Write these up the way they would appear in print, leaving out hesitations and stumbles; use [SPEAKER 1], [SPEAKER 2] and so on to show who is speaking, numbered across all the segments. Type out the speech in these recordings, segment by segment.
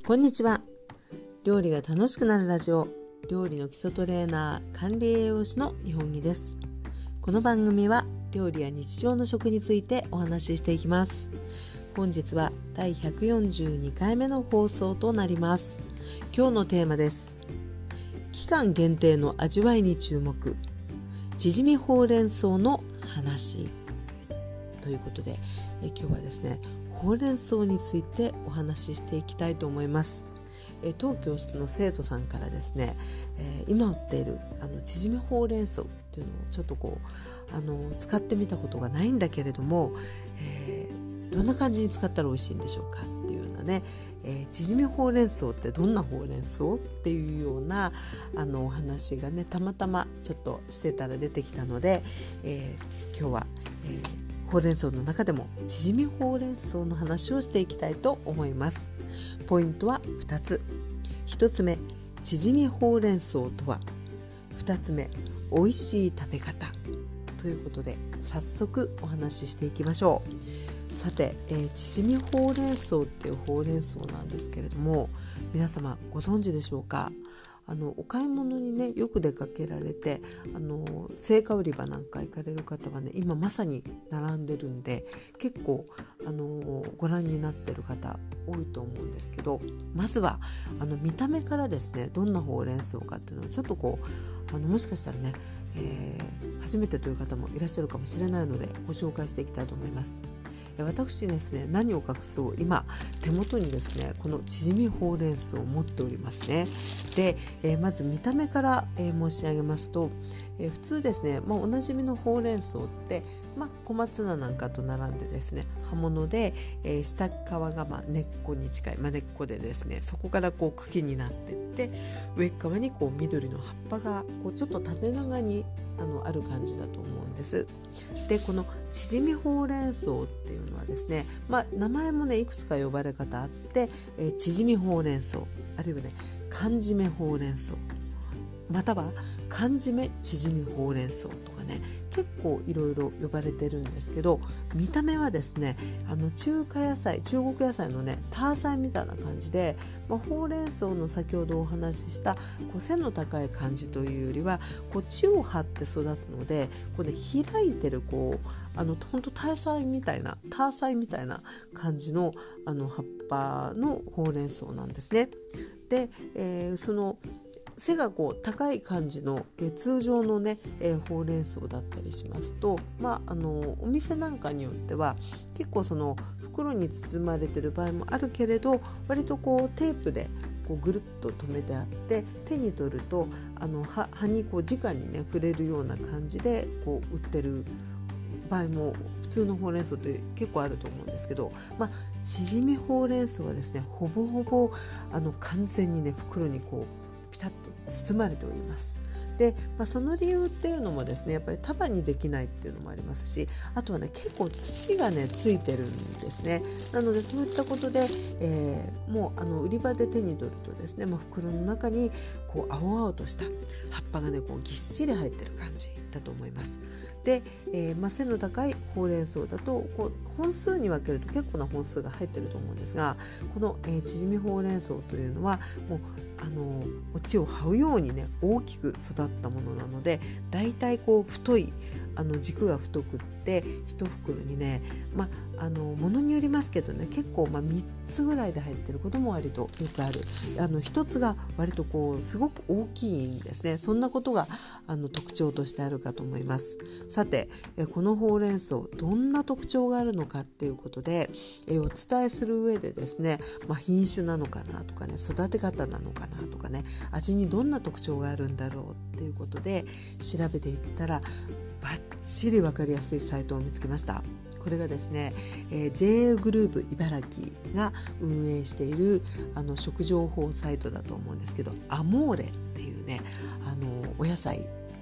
[SPEAKER 1] こんにちは。料理が楽しくなるラジオ、料理の基礎トレーナー、管理栄養士の日本木です。この番組は料理や日常の食についてお話ししていきます。本日は第142回目の放送となります。今日のテーマです。期間限定の味わいに注目、チヂミほうれん草の話ということで、今日はですね、ほうれん草についてお話ししていきたいと思います。当教室の生徒さんからですね、今売っているチヂミほうれん草っていうのをちょっと使ってみたことがないんだけれども、どんな感じに使ったら美味しいんでしょうかっていうようなね、チヂミほうれん草ってどんなほうれん草っていうようなお話がね、たまたまちょっとしてたら出てきたので、今日は、ほうれん草の中でもチヂミほうれん草の話をしていきたいと思います。ポイントは2つ。1つ目、チヂミほうれん草とは。2つ目、美味しい食べ方ということで、早速お話ししていきましょう。さて、チヂミほうれん草っていうほうれん草なんですけれども、皆様ご存知でしょうか？お買い物にね、よく出かけられて、青果売り場なんか行かれる方はね、今まさに並んでるんで、結構ご覧になってる方多いと思うんですけど、まずは見た目からですね、どんなほうれん草かっていうのをちょっともしかしたらね、初めてという方もいらっしゃるかもしれないので、ご紹介していきたいと思います。私ですね、何を隠そう、今手元にですね、このチヂミほうれん草を持っておりますね。で、まず見た目から、申し上げますと、普通ですね、おなじみのほうれん草って、小松菜なんかと並んでですね、葉物で、下側が根っこに近い、根っこでですね、そこから茎になっていって、上側に緑の葉っぱがちょっと縦長にある感じだと思うんです。で、このチヂミほうれん草っていうのはですね、名前もね、いくつか呼ばれ方あって、チヂミほうれん草、あるいはね、缶締ほうれん草、または缶締チヂミほうれん草とかね、結構いろいろ呼ばれてるんですけど、見た目はですね、中国野菜のね、ターサイみたいな感じで、ほうれん草の先ほどお話しした背の高い感じというよりは、地を張って育つので、開いてる本当ターサイみたいな感じの葉っぱのほうれん草なんですね。で、その背が高い感じの、通常のね、ほうれん草だったりしますと、お店なんかによっては結構その袋に包まれてる場合もあるけれど、割とテープでぐるっと留めてあって、手に取ると葉に直にね触れるような感じで売ってる場合も普通のほうれん草って結構あると思うんですけど、チヂミほうれん草はですね、ほぼほぼ完全にね、袋にピタッと包まれております。で、その理由っていうのもですね、やっぱり束にできないっていうのもありますし、あとはね、結構土がねついてるんですね。なのでそういったことで、もう売り場で手に取るとですね、袋の中に青々とした葉っぱがねぎっしり入ってる感じだと思います。で、背の高いほうれん草だと本数に分けると結構な本数が入ってると思うんですが、この、チヂミほうれん草というのはもう地を這うようにね大きく育ったものなので、だいたい太い軸が太くって一袋にね、ものによりますけどね、結構3つぐらいで入ってることも割とよくある。1つが割とすごく大きいんですね。そんなことが特徴としてあるかと思います。さて、このほうれん草どんな特徴があるのかっていうことで、お伝えする上でですね、品種なのかなとかね、育て方なのかなとかね、味にどんな特徴があるんだろうっていうことで調べていったら、バッチリ分かりやすいサイトを見つけました。これがですね、JA グループ茨城が運営している食情報サイトだと思うんですけど、アモーレっていうね、お野菜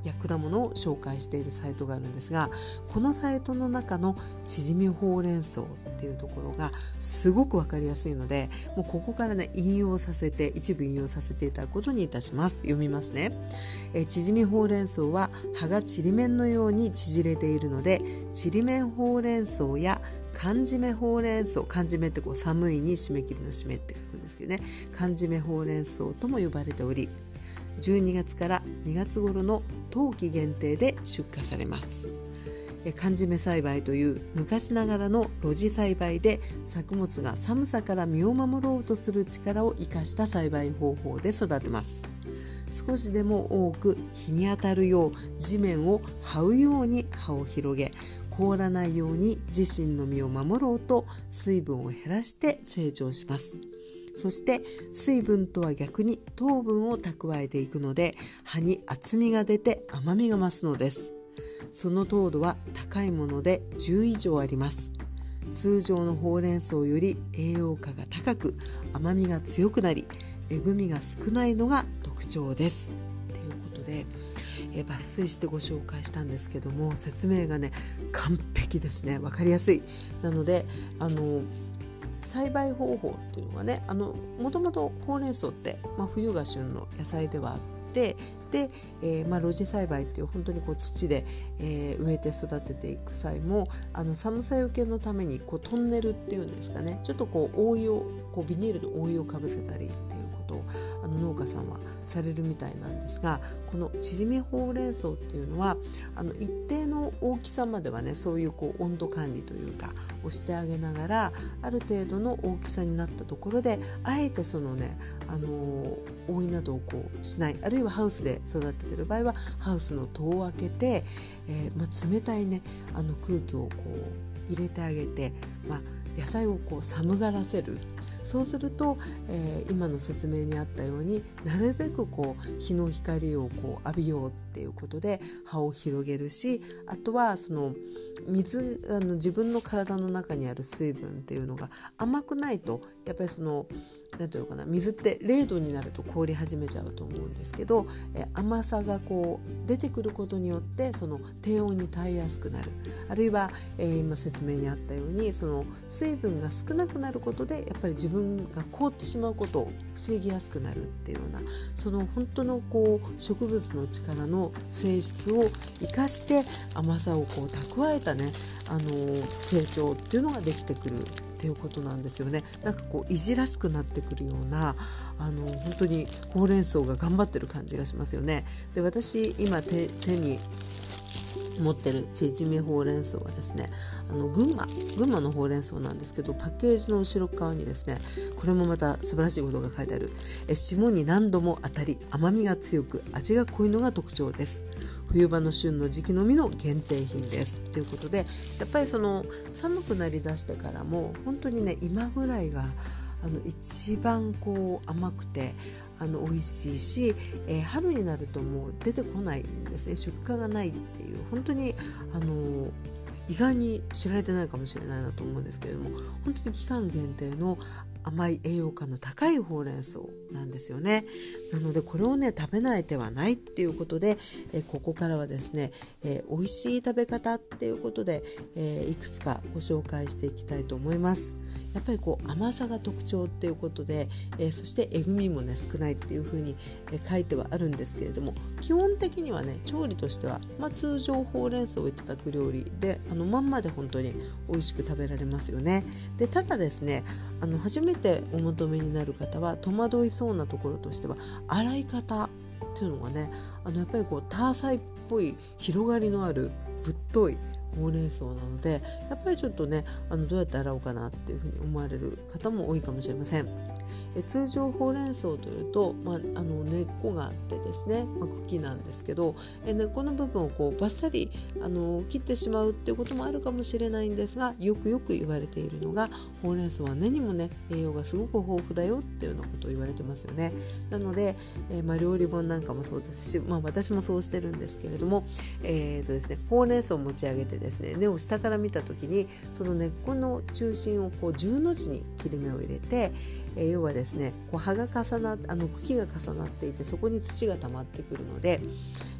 [SPEAKER 1] 果物を紹介しているサイトがあるんですが、このサイトの中のちじみほうれん草っていうところがすごく分かりやすいので、もうここからね一部引用させていただくことにいたします。読みますね。ちじみほうれん草は葉がちりめんのように縮れているので、ちりめんほうれん草や寒締めほうれん草、寒締めって寒いに締め切りの締めって書くんですけどね、寒締めほうれん草とも呼ばれており、12月から2月頃の冬季限定で出荷されます。寒締め栽培という昔ながらの露地栽培で、作物が寒さから身を守ろうとする力を生かした栽培方法で育てます。少しでも多く日に当たるよう地面を這うように葉を広げ、凍らないように自身の身を守ろうと水分を減らして成長します。そして水分とは逆に糖分を蓄えていくので、葉に厚みが出て甘みが増すのです。その糖度は高いもので10以上あります。通常のほうれん草より栄養価が高く、甘みが強くなり、えぐみが少ないのが特徴ですということで、抜粋してご紹介したんですけども、説明がね完璧ですね。分かりやすい。なので栽培方法っていうのはね、もともとほうれん草って、冬が旬の野菜ではあって、で、露地栽培っていう本当に土で、植えて育てていく際も、寒さよけのためにトンネルっていうんですかね、ちょっと覆いをビニールの覆いをかぶせたりっていうことを農家さんはされるみたいなんですが、このちじみほうれん草っていうのは一定の大きさまではね、そういう温度管理というかをしてあげながら、ある程度の大きさになったところで、あえてそのね覆いなどをしない、あるいはハウスで育てている場合はハウスの戸を開けて、冷たいね空気を入れてあげて、野菜を寒がらせる。そうすると、今の説明にあったように、なるべく日の光を浴びようっていうことで葉を広げるし、あとはその自分の体の中にある水分っていうのが甘くないと、やっぱりなんていうのかな、水って0度になると凍り始めちゃうと思うんですけど、甘さが出てくることによってその低温に耐えやすくなる。あるいは、今説明にあったように、その水分が少なくなることでやっぱり自分が凍ってしまうことを防ぎやすくなるっていうような、その本当の植物の力の性質を生かして甘さを蓄えたね成長っていうのができてくるっていうことなんですよね。なんかいじらしくなってくるような本当にほうれん草が頑張ってる感じがしますよね。で、私今手に持ってるちじみほうれん草はですね、群馬のほうれん草なんですけど、パッケージの後ろ側にですね、これもまた素晴らしいことが書いてある。霜に何度も当たり甘みが強く味が濃いのが特徴です。冬場の旬の時期のみの限定品ですということで、やっぱり寒くなりだしてからも本当にね、今ぐらいが一番甘くて美味しいし、春になるともう出てこないんですね。出荷がないっていう、本当に意外に知られてないかもしれないなと思うんですけれども、本当に期間限定の甘い栄養価の高いほうれん草なんですよね。なのでこれをね食べない手はないっていうことで、ここからはですね、美味しい食べ方っていうことで、いくつかご紹介していきたいと思います。やっぱり甘さが特徴っていうことで、そしてえぐみもね少ないっていう風に、書いてはあるんですけれども、基本的にはね調理としては、通常ほうれん草をいただく料理でまんまで本当に美味しく食べられますよね。で、ただですね、初めてお求めになる方は戸惑いそうなところとしては、洗い方っていうのがね、やっぱりターサイっぽい広がりのあるぶっといほうれん草なので、やっぱりちょっとねどうやって洗おうかなっていうふうに思われる方も多いかもしれません。通常ほうれん草というと、根っこがあってですね、茎なんですけど、根っこの部分をバッサリ切ってしまうっていうこともあるかもしれないんですが、よく言われているのが、ほうれん草は根にもね栄養がすごく豊富だよっていうようなことを言われてますよね。なので、料理本なんかもそうですし、私もそうしてるんですけれども、ですね、ほうれん草を持ち上げてですね、根を下から見た時にその根っこの中心を10の字に切り目を入れて、要はですね、葉が茎が重なっていて、そこに土が溜まってくるので、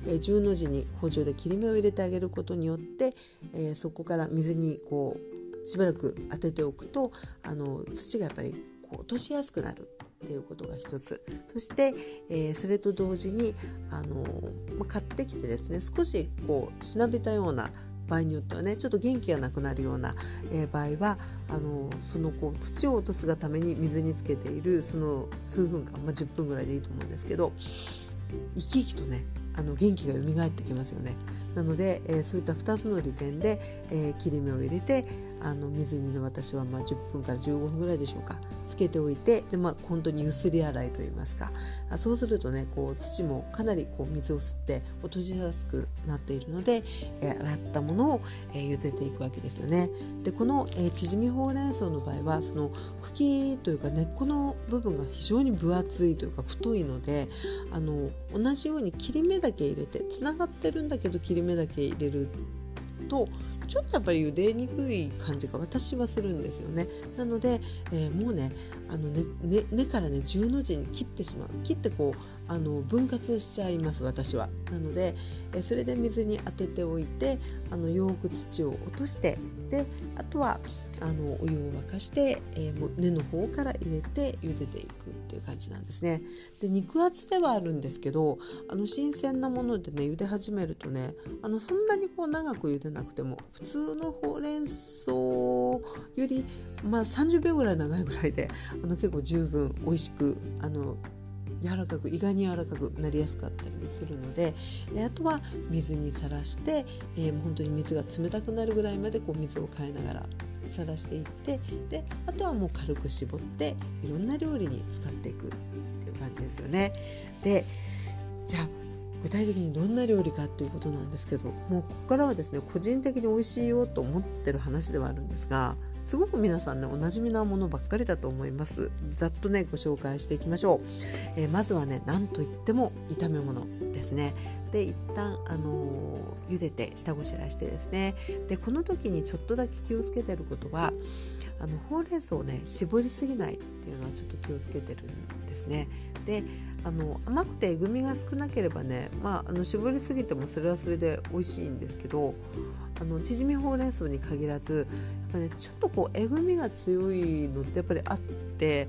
[SPEAKER 1] 10の字に包丁で切り目を入れてあげることによって、そこから水にこうしばらく当てておくと土がやっぱりこう落としやすくなるっていうことが一つ。そして、それと同時に買ってきてですね、少しこうしなびたような場合によってはね、ちょっと元気がなくなるような、場合はそのこう土を落とすがために水につけているその数分間、10分ぐらいでいいと思うんですけど、生き生きとね元気が蘇ってきますよね。なので、そういった2つの利点で、切り目を入れて水にね、私は10分から15分ぐらいでしょうか、つけておいて、で、本当にゆすり洗いといいますか、そうするとねこう土もかなりこう水を吸って落としやすくなっているので、洗ったものを、茹でていくわけですよね。でこの、縮みほうれん草の場合はその茎というか根っこの部分が非常に分厚いというか太いので、同じように切り目だけ入れて、つながってるんだけど切り目だけ入れるとちょっとやっぱり茹でにくい感じが私はするんですよね。なので、もうね根からね10の字に切ってしまう。切ってこう分割しちゃいます、私は。なので、それで水に当てておいてよく土を落として、であとはお湯を沸かして、もう根の方から入れて茹でていくっていう感じなんですね。で肉厚ではあるんですけど、新鮮なものでね茹で始めるとねそんなにこう長く茹でなくても、普通のほうれん草より、30秒ぐらい長いぐらいで結構十分美味しく柔らかく、意外に柔らかくなりやすかったりもするので、あとは水にさらして、本当に水が冷たくなるぐらいまでこう水を変えながらさらしていって、であとはもう軽く絞っていろんな料理に使っていくっていう感じですよね。でじゃあ具体的にどんな料理かっていうことなんですけど、もうここからはですね個人的に美味しいよと思ってる話ではあるんですが、すごく皆さんねおなじみなものばっかりだと思います。ざっとねご紹介していきましょう。まずはねなんといっても炒め物ですね。で一旦茹でて下ごしらえしてですね、でこの時にちょっとだけ気をつけてることはほうれん草をね絞りすぎないっていうのはちょっと気をつけてるんですね。で甘くてえぐみが少なければね、絞りすぎてもそれはそれで美味しいんですけど、縮みほうれん草に限らずやっぱちょっとこうえぐみが強いのってやっぱりあって、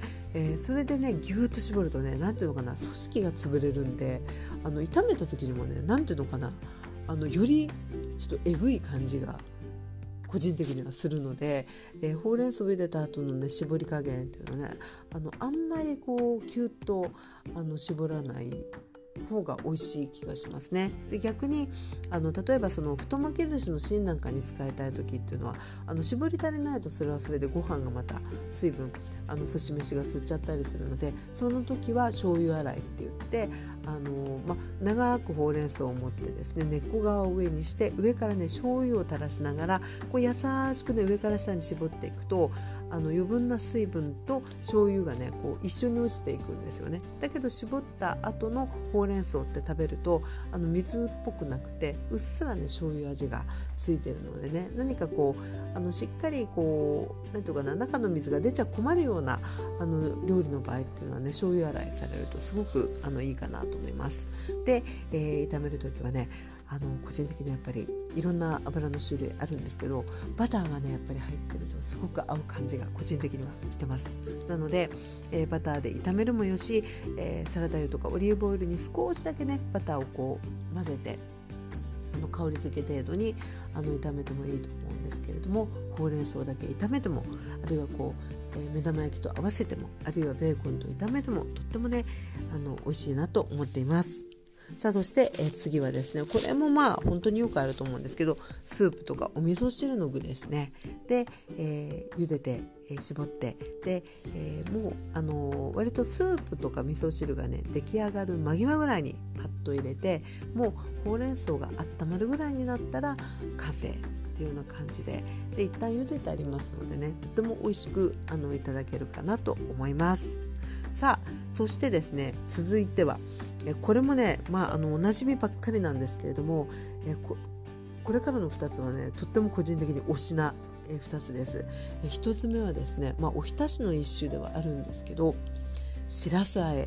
[SPEAKER 1] それでねぎゅーっと絞るとね、なんていうのかな、組織が潰れるんで炒めた時にもね、なんていうのかな、よりちょっとえぐい感じが個人的にはするので、ほうれん草を茹でた後のね絞り加減っていうのはねあんまりこうキュッと絞らない方が美味しい気がしますね。で逆に例えばその太巻き寿司の芯なんかに使いたい時っていうのは絞り足りないとそれはそれでご飯がまた水分寿司飯が吸っちゃったりするので、その時は醤油洗いって言って長くほうれん草を持ってですね、根っこ側を上にして上からね醤油を垂らしながらこう優しくね上から下に絞っていくと余分な水分と醤油がねこう一緒に落ちていくんですよね。だけど絞った後のほうれん草って食べると水っぽくなくてうっすらね醤油味がついてるのでね、何かこうしっかりこうなんていうかな、中の水が出ちゃ困るような料理の場合っていうのはね醤油洗いされるとすごくいいかなと思います。で、炒める時はね個人的にやっぱりいろんな油の種類あるんですけど、バターがねやっぱり入ってるとすごく合う感じが個人的にはしてます。なので、バターで炒めるもよし、サラダ油とかオリーブオイルに少しだけねバターをこう混ぜて香り付け程度に炒めてもいいと思うんですけれども、ほうれん草だけ炒めても、あるいはこう、目玉焼きと合わせても、あるいはベーコンと炒めてもとってもね美味しいなと思っています。さあそして、次はですね、これも本当によくあると思うんですけど、スープとかお味噌汁の具ですね。で、茹でて、絞ってで、もう割とスープとか味噌汁がね出来上がる間際ぐらいにパッと入れて、もうほうれん草が温まるぐらいになったら完成っていうような感じで、一旦茹でてありますのでね、とても美味しくいただけるかなと思います。さあそしてですね、続いてはこれもね、おなじみばっかりなんですけれども、これからの2つはねとっても個人的に推しな2つです。1つ目はですね、おひたしの一種ではあるんですけど、しらすあえで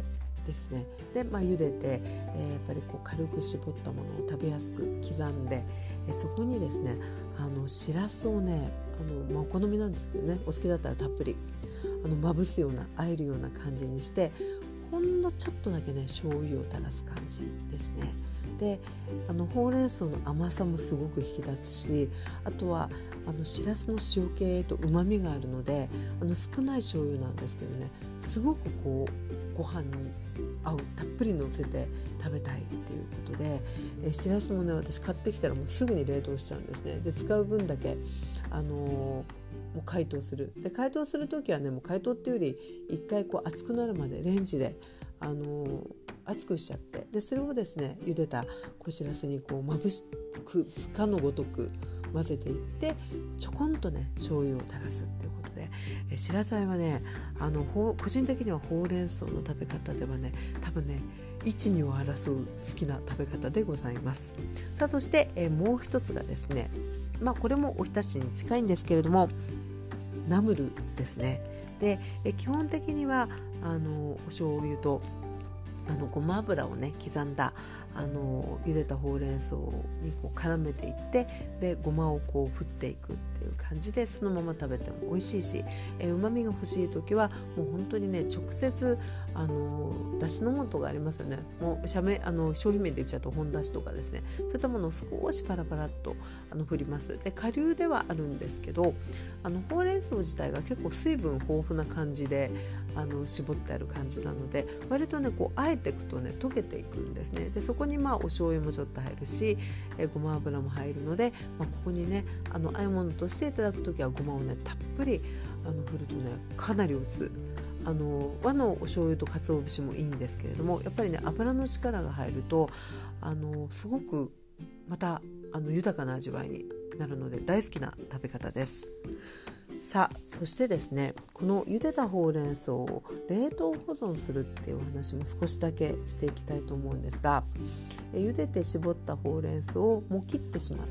[SPEAKER 1] ですね。で、茹でて、やっぱりこう軽く絞ったものを食べやすく刻んで、そこにですねしらすをねお好みなんですけどね、お好きだったらたっぷりまぶすような、あえるような感じにして、ほんのちょっとだけね醤油を垂らす感じですね。でほうれん草の甘さもすごく引き立つし、あとはしらすの塩気とうまみがあるので、少ない醤油なんですけどね、すごくこうご飯に合う、たっぷりのせて食べたいっていうことで、しらすもね私買ってきたらもうすぐに冷凍しちゃうんですね。で使う分だけもう解凍する。で解凍する時はね、もう解凍っていうより一回こう熱くなるまでレンジで熱くしちゃって、でそれをですね茹でたしらすにこうまぶしくかのごとく混ぜていって、ちょこんとね醤油を垂らすっていうことで、しらすはね個人的にはほうれん草の食べ方ではね多分ね1、2を争う好きな食べ方でございます。さあそして、もう一つがですね、これもおひたしに近いんですけれども、ナムルですね。で基本的にはお醤油とごま油をね刻んだ茹でたほうれん草にこう絡めていって、でごまをこう振っていくっていう感じで、そのまま食べても美味しいし、うまみが欲しい時はもう本当にね直接だしの素がありますよね。もう商品名で言っちゃうと本だしとかですね、そういったものを少しパラパラっと振ります。で顆粒ではあるんですけど、ほうれん草自体が結構水分豊富な感じで絞ってある感じなので、割とねこうあえていくとね溶けていくんですね。でそこにお醤油もちょっと入るし、ごま油も入るので、ここにね和え物としていただくときはごまをねたっぷり振るとねかなり打つ。和のお醤油と鰹節もいいんですけれども、やっぱりね油の力が入るとすごくまた豊かな味わいになるので大好きな食べ方です。さあそしてですね、この茹でたほうれん草を冷凍保存するっていうお話も少しだけしていきたいと思うんですが、茹でて絞ったほうれん草をもう切ってしまって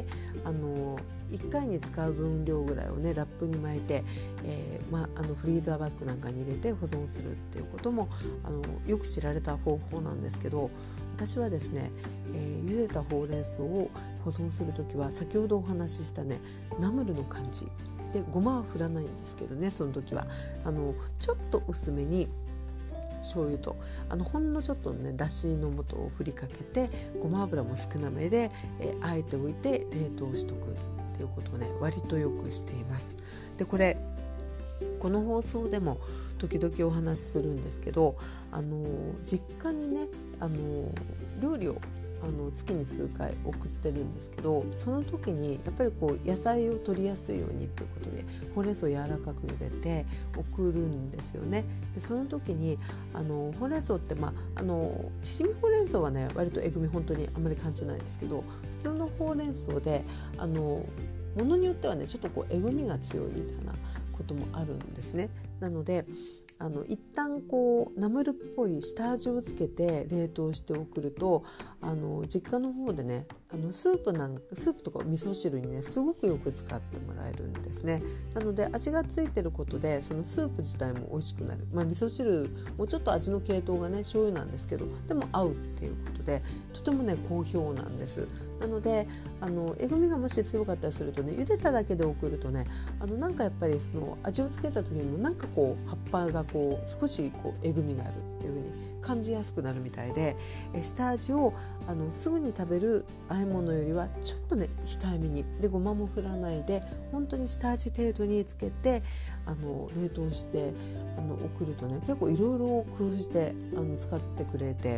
[SPEAKER 1] 、1回に使う分量ぐらいをねラップに巻いて、フリーザーバッグなんかに入れて保存するっていうこともよく知られた方法なんですけど、私はですね、茹でたほうれん草を保存するときは先ほどお話ししたねナムルの感じで、ごまは振らないんですけどね、その時はちょっと薄めに醤油とほんのちょっとねだしの素を振りかけて、ごま油も少なめで、あえておいて冷凍しとくっていうことをね割とよくしています。でこの放送でも時々お話しするんですけど、実家にね料理を月に数回送ってるんですけど、その時にやっぱりこう野菜を取りやすいようにということでほうれん草を柔らかく茹でて送るんですよね。でその時にほうれん草って七味ほうれん草はね割とえぐみ本当にあんまり感じないんですけど、普通のほうれん草でものによってはねちょっとこうえぐみが強いみたいなこともあるんですね。なので一旦こうナムルっぽい下味をつけて冷凍して送ると実家の方でねスープとか味噌汁にねすごくよく使ってもらえるんですね。なので味がついてることでそのスープ自体も美味しくなる、味噌汁もちょっと味の系統がね醤油なんですけど、でも合うっていうことでとてもね好評なんです。なのでえぐみがもし強かったりするとね茹でただけで送るとねなんかやっぱりその味をつけた時にもなんかこう葉っぱがこう少しこうえぐみがあるっていう風に感じやすくなるみたいで、下味をすぐに食べる和え物よりはちょっとね控えめにでごまも振らないで本当に下味程度につけて冷凍して送るとね結構いろいろ工夫して使ってくれて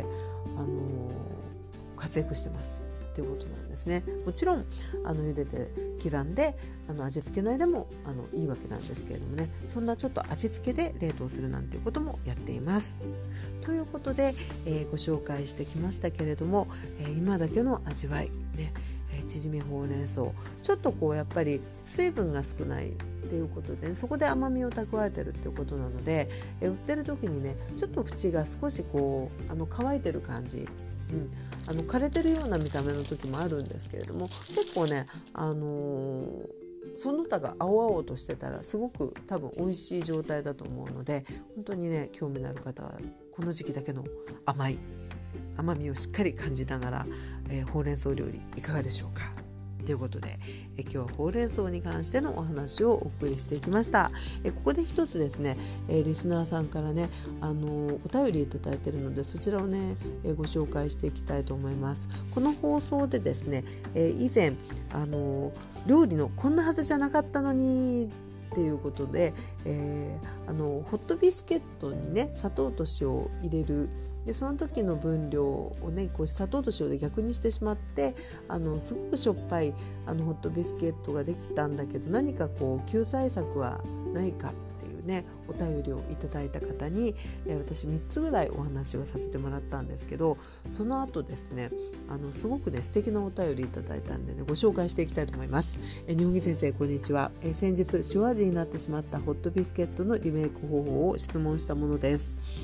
[SPEAKER 1] 活躍してますっていうことなんですね。もちろん茹でて刻んで味付けないでもいいわけなんですけれどもね、そんなちょっと味付けで冷凍するなんていうこともやっています。ということで、ご紹介してきましたけれども、今だけの味わいね、縮みほうれん草ちょっとこうやっぱり水分が少ないっていうことで、そこで甘みを蓄えてるっていうことなので、売ってる時にねちょっと縁が少しこう乾いてる感じ、枯れてるような見た目の時もあるんですけれども、結構ねその他が青々としてたらすごく多分美味しい状態だと思うので、本当にね興味のある方はこの時期だけの甘みをしっかり感じながら、ほうれん草料理いかがでしょうかということで、今日はほうれん草に関してのお話をお送りしていきました。ここで一つですね、リスナーさんからねお便りいただいているので、そちらをね、ご紹介していきたいと思います。この放送でですね、以前料理のこんなはずじゃなかったのにっていうことで、ホットビスケットにね砂糖と塩を入れる。でその時の分量をね砂糖と塩で逆にしてしまってすごくしょっぱいホットビスケットができたんだけど、何か救済策はないかっていうねお便りをいただいた方に、私3つぐらいお話をさせてもらったんですけど、その後ですねすごくね素敵なお便りいただいたんでねご紹介していきたいと思います。日本木先生こんにちは。先日塩味になってしまったホットビスケットのリメイク方法を質問したものです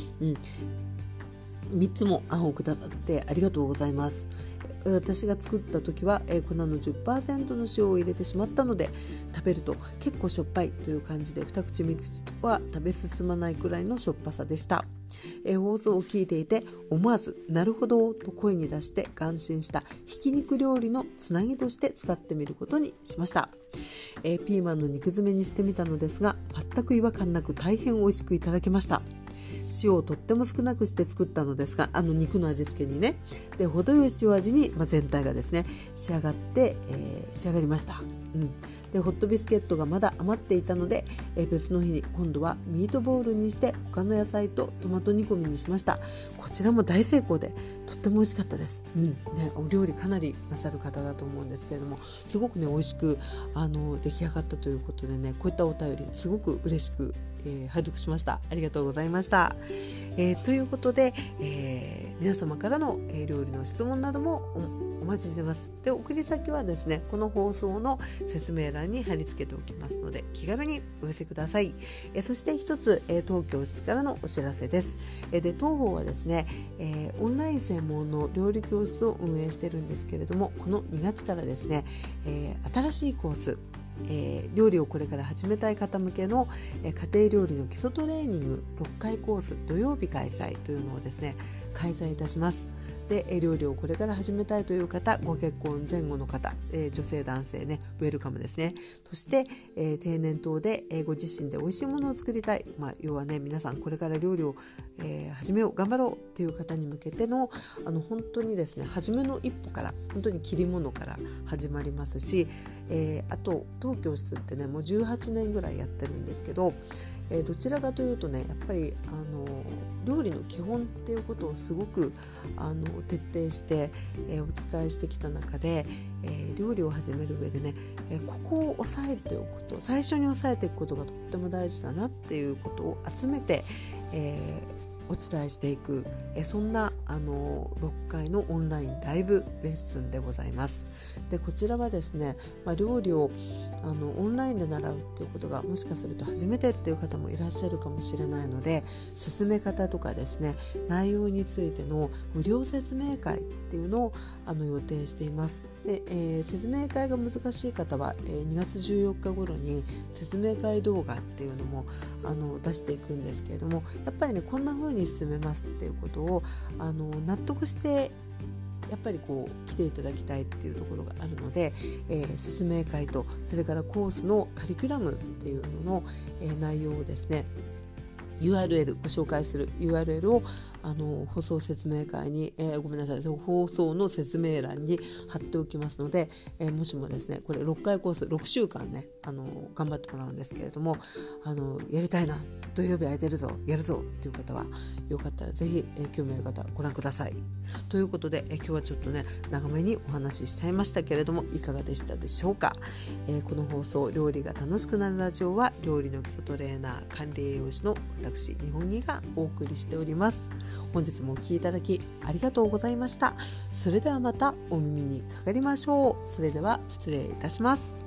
[SPEAKER 1] 。3つも案をくださってありがとうございます。私が作った時は粉の 10% の塩を入れてしまったので、食べると結構しょっぱいという感じで2口3口とは食べ進まないくらいのしょっぱさでした。放送を聞いていて思わずなるほどと声に出して感心したひき肉料理のつなぎとして使ってみることにしました。ピーマンの肉詰めにしてみたのですが、全く違和感なく大変美味しくいただけました。塩をとっても少なくして作ったのですが、肉の味付けにねで程よい塩味に、全体がですね仕上がりました。でホットビスケットがまだ余っていたので、別の日に今度はミートボールにして他の野菜とトマト煮込みにしました。こちらも大成功でとっても美味しかったです。お料理かなりなさる方だと思うんですけれども、すごくね美味しく出来上がったということでね、こういったお便りすごく嬉しく拝読しました。ありがとうございました。ということで、皆様からの、料理の質問などもお待ちしてます。で送り先はですねこの放送の説明欄に貼り付けておきますので気軽にお寄せください。そして一つ、当教室からのお知らせです。で当方はですね、オンライン専門の料理教室を運営しているんですけれども、この2月からですね、新しいコース料理をこれから始めたい方向けの、家庭料理の基礎トレーニング6回コース土曜日開催というのをですね開催いたします。で料理をこれから始めたいという方、ご結婚前後の方、女性男性ねウェルカムですね。そして、定年等で、ご自身で美味しいものを作りたい、要はね皆さんこれから料理を、始めよう頑張ろうっていう方に向けての本当にですね初めの一歩から本当に切り物から始まりますし、あと当教室ってねもう18年ぐらいやってるんですけど、どちらかというとねやっぱり料理の基本っていうことをすごく徹底して、お伝えしてきた中で、料理を始める上でね、ここを押さえておくと、最初に押さえていくことがとっても大事だなっていうことを集めて、お伝えしていく、そんな6回のオンラインライブレッスンでございます。でこちらはですね、料理をオンラインで習うっていうことがもしかすると初めてっていう方もいらっしゃるかもしれないので、進め方とかですね内容についての無料説明会っていうのを予定しています。で、説明会が難しい方は、2月14日頃に説明会動画っていうのも出していくんですけれども、やっぱりねこんな風に進めますっていうことを納得してやっぱり来ていただきたいっていうところがあるので、説明会とそれからコースのカリキュラムっていうのの、内容をですねURL ご紹介する URL を放送説明会に、放送の説明欄に貼っておきますので、もしもですねこれ6回コース6週間ね頑張ってもらうんですけれどもやりたいな、土曜日空いてるぞやるぞっていう方はよかったらぜひ、興味ある方ご覧ください。ということで、今日はちょっとね長めにお話ししちゃいましたけれどもいかがでしたでしょうか。この放送料理が楽しくなるラジオは料理の基礎トレーナー管理栄養士の私日本木がお送りしております。本日もお聞きいただきありがとうございました。それではまたお耳にかかりましょう。それでは失礼いたします。